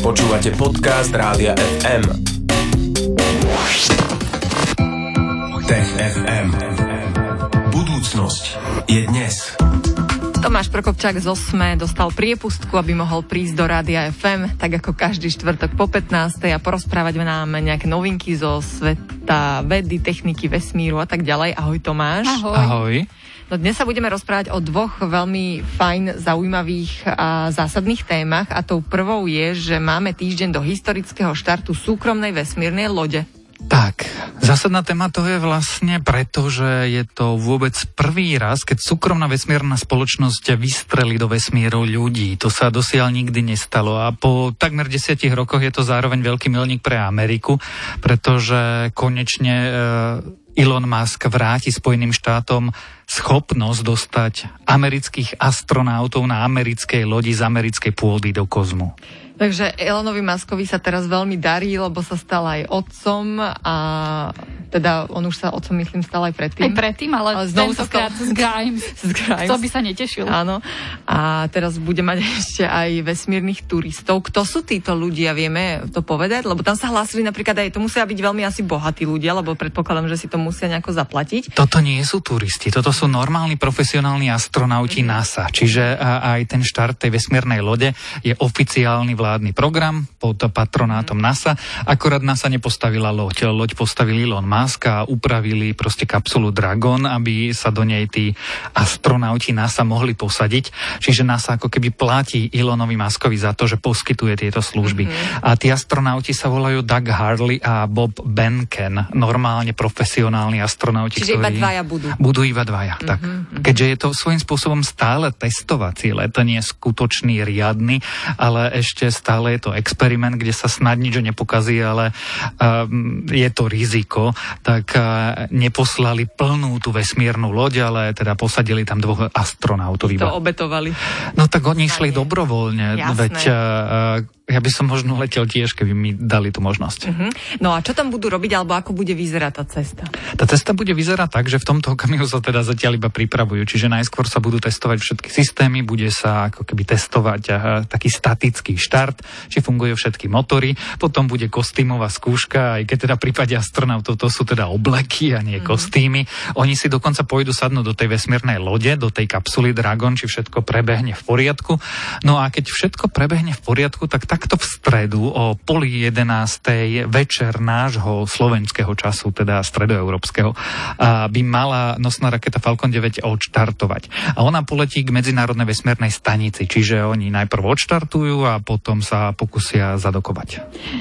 Počúvate podcast Rádia FM. Tech FM. Budúcnosť je dnes. Tomáš Prokopčák z Osme dostal priepustku, aby mohol prísť do Rádia FM, tak ako každý štvrtok po 15. a porozprávať nám nejaké novinky zo sveta vedy, techniky, vesmíru a tak ďalej. Ahoj Tomáš. Ahoj. Ahoj. No dnes sa budeme rozprávať o dvoch veľmi fajn, zaujímavých a zásadných témach a tou prvou je, že máme týždeň do historického štartu súkromnej vesmírnej lode. Tak, zásadná téma to je vlastne preto, že je to vôbec prvý raz, keď súkromná vesmírna spoločnosť vystrelí do vesmíru ľudí. To sa dosiaľ nikdy nestalo a po takmer 10 rokoch je to zároveň veľký milník pre Ameriku, pretože konečne Elon Musk vráti Spojeným štátom schopnosť dostať amerických astronautov na americkej lodi z americkej pôdy do kozmu. Takže Elonovi Muskovi sa teraz veľmi darí, lebo sa stal aj otcom a teda on už sa otcom, myslím, stal aj predtým. Aj predtým, ale tentokrát z Grimes. To by sa netešil. Áno. A teraz bude mať ešte aj vesmírnych turistov. Kto sú títo ľudia, vieme to povedať? Lebo tam sa hlásili napríklad aj, to musia byť veľmi asi bohatí ľudia, lebo predpokladám, že si to musia nejako zaplatiť. Toto nie sú turisti, toto sú normálni profesionálni astronauti NASA. Čiže aj ten štart tej vesmírnej lode je oficiálny vládny program pod patronátom NASA. Akorát NASA nepostavila loď. Loď postavil Elon Musk a upravili proste kapsulu Dragon, aby sa do nej tí astronauti NASA mohli posadiť. Čiže NASA ako keby platí Elonovi Muskovi za to, že poskytuje tieto služby. A tí astronauti sa volajú Doug Hurley a Bob Behnken. Normálne profesionálni astronauti, čiže ktorí... iba dvaja budú. Budú iba dvaja, tak. Keďže je to svojím spôsobom stále testovací let, to nie je skutočný, riadny, ale ešte stále je to experiment, kde sa snad nič nepokazí, ale je to riziko, tak neposlali plnú tú vesmírnu loď, ale teda posadili tam dvoch astronautov. To obetovali. No tak oni išli dobrovoľne, veď ja by som možno letel tiež, keby mi dali tú možnosť. No a čo tam budú robiť, alebo ako bude vyzerať tá cesta? Tá cesta bude vyzerať tak, že v tomto okamihu sa teda zatiaľ iba pripravujú, čiže najskôr sa budú testovať všetky systémy, bude sa ako keby testovať taký statický štart, či fungujú všetky motory, potom bude kostýmová skúška, aj keď teda v prípade astronautov to sú teda obleky a nie kostýmy. Oni si dokonca pôjdu sadnúť do tej vesmírnej lode, do tej kapsuly Dragon, či všetko prebehne v poriadku. No a keď všetko prebehne v poriadku, tak takto v stredu o 10:30 večer nášho slovenského času, teda stredoeurópskeho, by mala nosná raketa Falcon 9 odštartovať. A ona poletí k medzinárodnej vesmírnej stanici, čiže oni najprv odštartujú a potom sa pokusia zadokovať.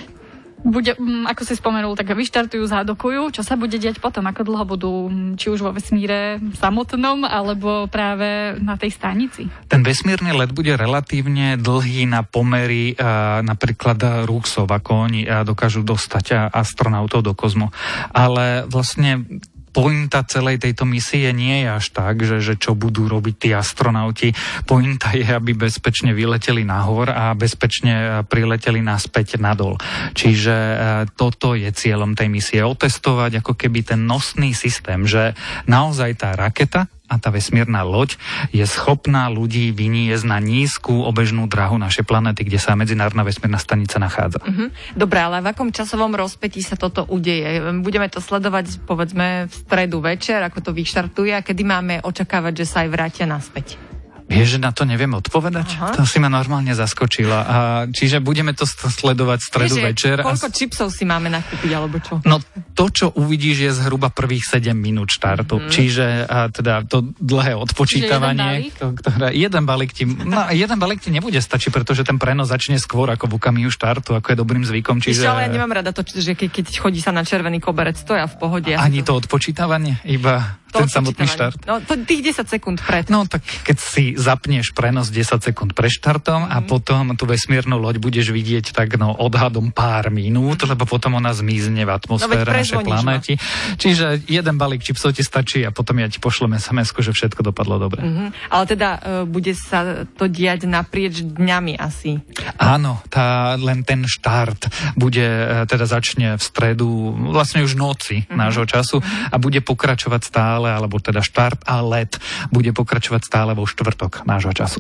Bude, ako si spomenul, tak vyštartujú, zadokujú. Čo sa bude diať potom? Ako dlho budú, či už vo vesmíre samotnom, alebo práve na tej stanici? Ten vesmírny let bude relatívne dlhý na pomery napríklad Ruxov, ako oni dokážu dostať astronautov do kozmu. Ale vlastne pointa celej tejto misie nie je až tak, že čo budú robiť tí astronauti. Pointa je, aby bezpečne vyleteli nahor a bezpečne prileteli naspäť nadol. Čiže toto je cieľom tej misie. Otestovať ako keby ten nosný systém, že naozaj tá raketa a tá vesmírna loď je schopná ľudí vyniesť na nízku obežnú dráhu našej planéty, kde sa medzinárodná vesmírna stanica nachádza. Dobre, ale v akom časovom rozpätí sa toto udeje? Budeme to sledovať, povedzme, v stredu večer, ako to vyštartuje, a kedy máme očakávať, že sa aj vrátia naspäť? Vieš, že na to neviem odpovedať? Aha. To si ma normálne zaskočila. Čiže budeme to sledovať v stredu večer. Koľko čipsov si máme nakúpiť, alebo čo? No to, čo uvidíš, je zhruba prvých 7 minút štartu. Čiže teda to dlhé odpočítavanie. Jeden balík ti nebude stačiť, pretože ten prenos začne skôr ako v okamihu štartu, ako je dobrým zvykom. Čiže... Ale ja nemám rada to, že keď chodí sa na červený koberec, to ja v pohode. Ani to odpočítavanie, iba ten samotný štart. No, to tých 10 sekúnd pred. No, tak keď si zapneš prenos 10 sekúnd pre štartom a potom tú vesmírnu loď budeš vidieť tak odhadom pár minút, lebo potom ona zmizne v atmosfére našej planéty. Čiže jeden balík čipsov ti stačí a potom ja ti pošlem SMS-ku, že všetko dopadlo dobre. Ale teda bude sa to diať naprieč dňami asi. Áno, len ten štart bude, teda začne v stredu, vlastne už noci nášho času a bude pokračovať stále, alebo teda štart a let bude pokračovať stále vo štvrtok nášho času.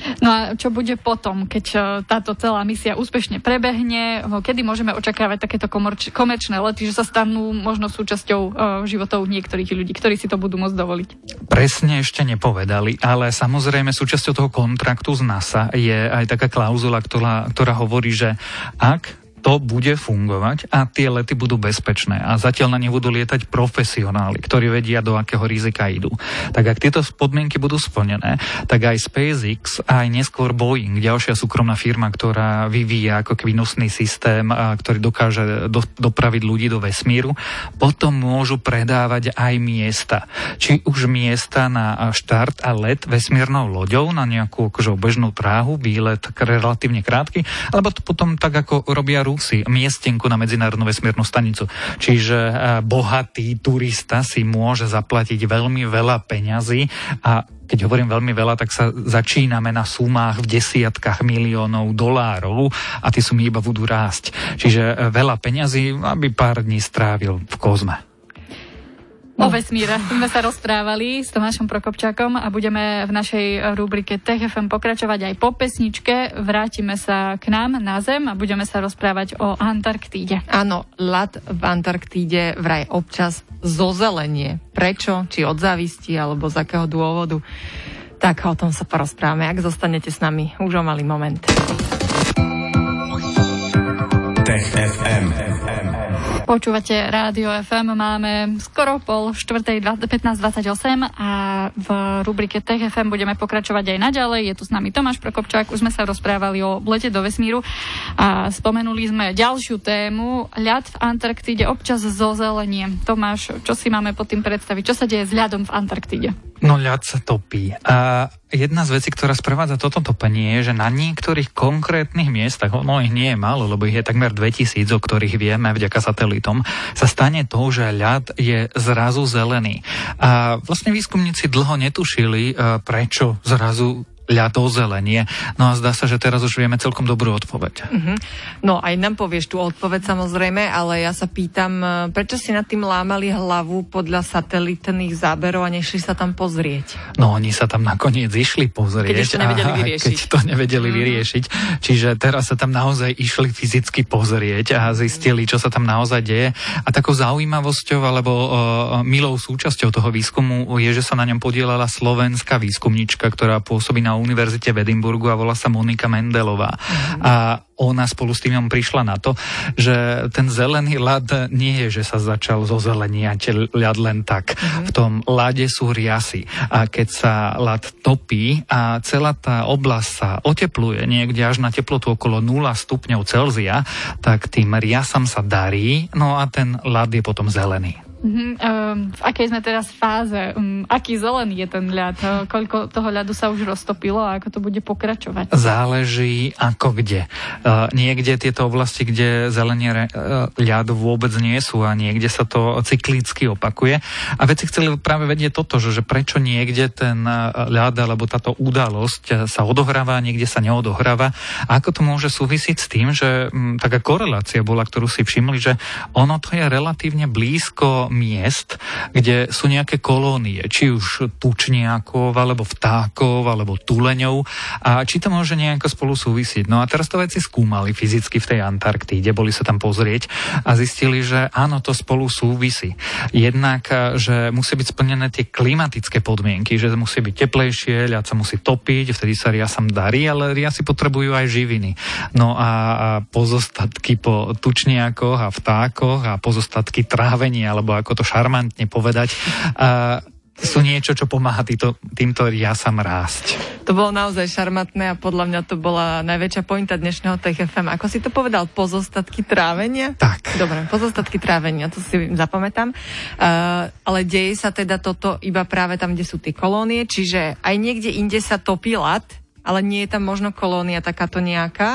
No a čo bude potom, keď táto celá misia úspešne prebehne? Kedy môžeme očakávať takéto komerčné lety, že sa stanú možno súčasťou životov niektorých ľudí, ktorí si to budú môcť dovoliť? Presne ešte nepovedali, ale samozrejme súčasťou toho kontraktu z NASA je aj taká klauzula, ktorá hovorí, že ak to bude fungovať a tie lety budú bezpečné a zatiaľ na ne budú lietať profesionáli, ktorí vedia, do akého rizika idú. Tak ak tieto podmienky budú splnené, tak aj SpaceX a aj neskôr Boeing, ďalšia súkromná firma, ktorá vyvíja ako keby nosný systém, ktorý dokáže dopraviť ľudí do vesmíru, potom môžu predávať aj miesta. Či už miesta na štart a let vesmírnou loďou na nejakú akože bežnú dráhu, výlet relatívne krátky, alebo to potom tak, ako robia Rusi, miestenku na medzinárodnú vesmírnu stanicu. Čiže bohatý turista si môže zaplatiť veľmi veľa peňazí a keď hovorím veľmi veľa, tak sa začíname na sumách v desiatkách miliónov dolárov a tie sumy iba budú rásť. Čiže veľa peňazí, aby pár dní strávil v kozme. O vesmíre sme sa rozprávali s Tomášom Prokopčákom a budeme v našej rubrike Tech FM pokračovať aj po pesničke. Vrátime sa k nám na Zem a budeme sa rozprávať o Antarktíde. Áno, ľad v Antarktíde vraj občas zozelenie. Prečo? Či od závisti, alebo z akého dôvodu? Tak o tom sa porozprávame, ak zostanete s nami už o malý moment. Tech FM. Počúvate Rádio FM, máme skoro 15:28 a v rubrike Tech FM budeme pokračovať aj naďalej. Je tu s nami Tomáš Prokopčák, už sme sa rozprávali o lete do vesmíru a spomenuli sme ďalšiu tému, ľad v Antarktíde, občas zozelenie. Tomáš, čo si máme pod tým predstaviť? Čo sa deje s ľadom v Antarktíde? No ľad sa topí. A jedna z vecí, ktorá sprevádza toto topenie, je, že na niektorých konkrétnych miestach, no ich nie je málo, lebo ich je takmer 2000, o ktorých vieme vďaka satelitom, sa stane to, že ľad je zrazu zelený. A vlastne výskumníci dlho netušili, prečo zrazu ľad ozelenie. No a zdá sa, že teraz už vieme celkom dobrú odpoveď. No aj nám povieš tú odpoveď samozrejme, ale ja sa pýtam, prečo si nad tým lámali hlavu podľa satelitných záberov a nešli sa tam pozrieť? No oni sa tam nakoniec išli pozrieť. Keď ešte nevedeli vyriešiť. Keď to nevedeli vyriešiť. Čiže teraz sa tam naozaj išli fyzicky pozrieť a zistili, čo sa tam naozaj deje. A takou zaujímavosťou alebo milou súčasťou toho výskumu je, že sa na ňom podielala slovenská výskumnička, ktorá pôsobí na univerzite v Edinburgu a volá sa Monika Mendelová. A ona spolu s týmom prišla na to, že ten zelený ľad nie je, že sa začal zozeleniať ľad len tak. V tom ľade sú riasy. A keď sa ľad topí a celá tá oblasť sa otepluje niekde až na teplotu okolo 0 stupňov Celzia, tak tým riasam sa darí, no a ten ľad je potom zelený. V akej sme teraz fáze? Aký zelený je ten ľad? Koľko toho ľadu sa už roztopilo a ako to bude pokračovať? Záleží ako kde. Niekde tieto oblasti, kde zelenie ľad vôbec nie sú a niekde sa to cyklicky opakuje. A vedci chceli práve vedieť toto, že prečo niekde ten ľad alebo táto udalosť sa odohráva a niekde sa neodohráva. A ako to môže súvisiť s tým, že taká korelácia bola, ktorú si všimli, že ono to je relatívne blízko miest, kde sú nejaké kolónie, či už tučniakov, alebo vtákov, alebo tuleňov a či to môže nejako spolu súvisieť. No a teraz to veci skúmali fyzicky v tej Antarktíde, boli sa tam pozrieť a zistili, že áno, to spolu súvisí. Jednak, že musí byť splnené tie klimatické podmienky, že musí byť teplejšie, ľad sa musí topiť, vtedy sa riasam darí, ale riasy potrebujú aj živiny. No a pozostatky po tučniakoch a vtákoch a pozostatky trávenia, alebo ako to šarmantne povedať, sú niečo, čo pomáha týmto riasam rásť. To bolo naozaj šarmantné a podľa mňa to bola najväčšia pointa dnešného Tech FM. Ako si to povedal? Pozostatky trávenia? Tak. Dobre, pozostatky trávenia, to si zapamätám. Ale deje sa teda toto iba práve tam, kde sú tie kolónie, čiže aj niekde inde sa topí ľad, ale nie je tam možno kolónia takáto nejaká,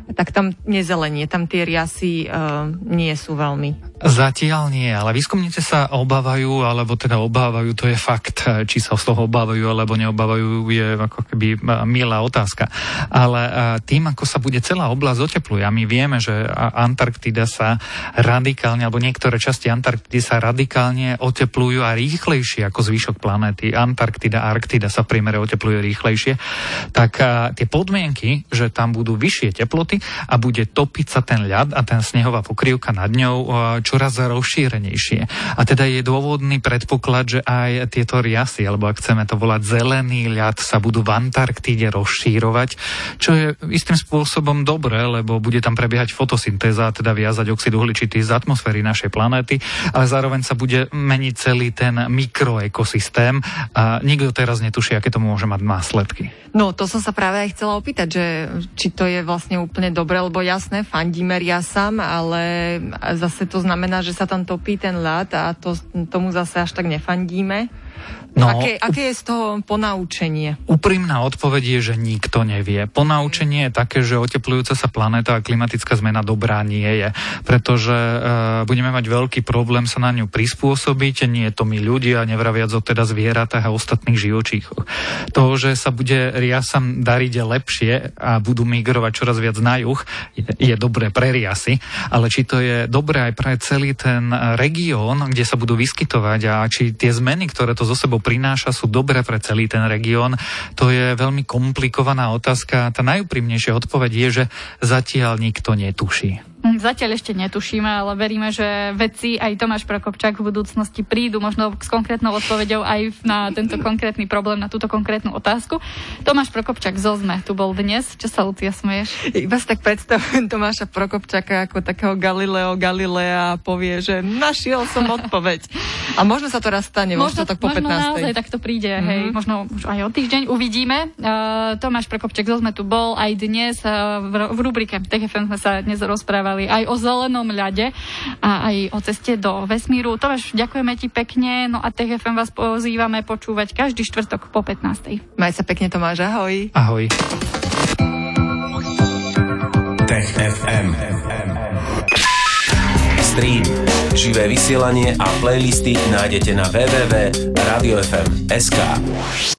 tak tam nezelenie, tam tie riasy nie sú veľmi. Zatiaľ nie, ale výskumníci sa obávajú, alebo teda obávajú, to je fakt, či sa z toho obávajú, alebo neobávajú, je ako keby milá otázka. Ale tým, ako sa bude celá oblasť otepluje, a my vieme, že Antarktida sa radikálne, alebo niektoré časti Antarktidy sa radikálne oteplujú a rýchlejšie ako zvyšok planéty. Antarktida, Arktida sa v priemere otepluje rýchlejšie. Tak tie podmienky, že tam budú vyššie teploty a bude topiť sa ten ľad a ten snehová pokrývka nad ňou čoraz rozšírenejšie. A teda je dôvodný predpoklad, že aj tieto riasy, alebo ak chceme to volať zelený ľad, sa budú v Antarktíde rozšírovať, čo je istým spôsobom dobré, lebo bude tam prebiehať fotosyntéza, teda viazať oxid uhličitý z atmosféry našej planéty, ale zároveň sa bude meniť celý ten mikroekosystém a nikto teraz netuší, aké to môže mať následky. No, to som sa práve aj chcela opýtať, že či to je vlastne úplne dobre, lebo jasné, fandíme riasam, ale zase to znamená, že sa tam topí ten ľad a tomu zase až tak nefandíme. No, aké je z toho ponaučenie? Úprimná odpoveď je, že nikto nevie. Ponaučenie je také, že oteplujúca sa planéta a klimatická zmena dobrá nie je, pretože budeme mať veľký problém sa na ňu prispôsobiť. Nie je to my ľudia, nevraviac o teda zvieratách a ostatných živočíchoch. To, že sa bude riasam dariť lepšie a budú migrovať čoraz viac na juh, je dobré pre riasy, ale či to je dobré aj pre celý ten región, kde sa budú vyskytovať a či tie zmeny, ktoré to zo sebou prináša, sú dobré pre celý ten región. To je veľmi komplikovaná otázka. Tá najúprimnejšia odpoveď je, že zatiaľ nikto netuší. Zatiaľ ešte netušíme, ale veríme, že vedci aj Tomáš Prokopčák v budúcnosti prídu možno s konkrétnou odpoveďou aj na tento konkrétny problém, na túto konkrétnu otázku. Tomáš Prokopčák zo ZME tu bol dnes. Čo sa, Lucia, smeješ? Iba si tak predstavujem Tomáša Prokopčáka ako takého Galilea a povie, že našiel som odpoveď. A možno sa to raz stane, možno tak po 15. Možno naozaj takto príde, hej, možno už aj o týždeň uvidíme. Tomáš Prokopčák zo ZME tu bol aj dnes v rubrike TFM sme sa dnes rozprávali aj o zelenom ľade a aj o ceste do vesmíru. Tomáš, ďakujeme ti pekne, no a TFM vás pozývame počúvať každý štvrtok po 15. Maj sa pekne, Tomáš, ahoj. Ahoj. TFM. Stream, živé vysielanie a playlisty nájdete na www.radiofm.sk.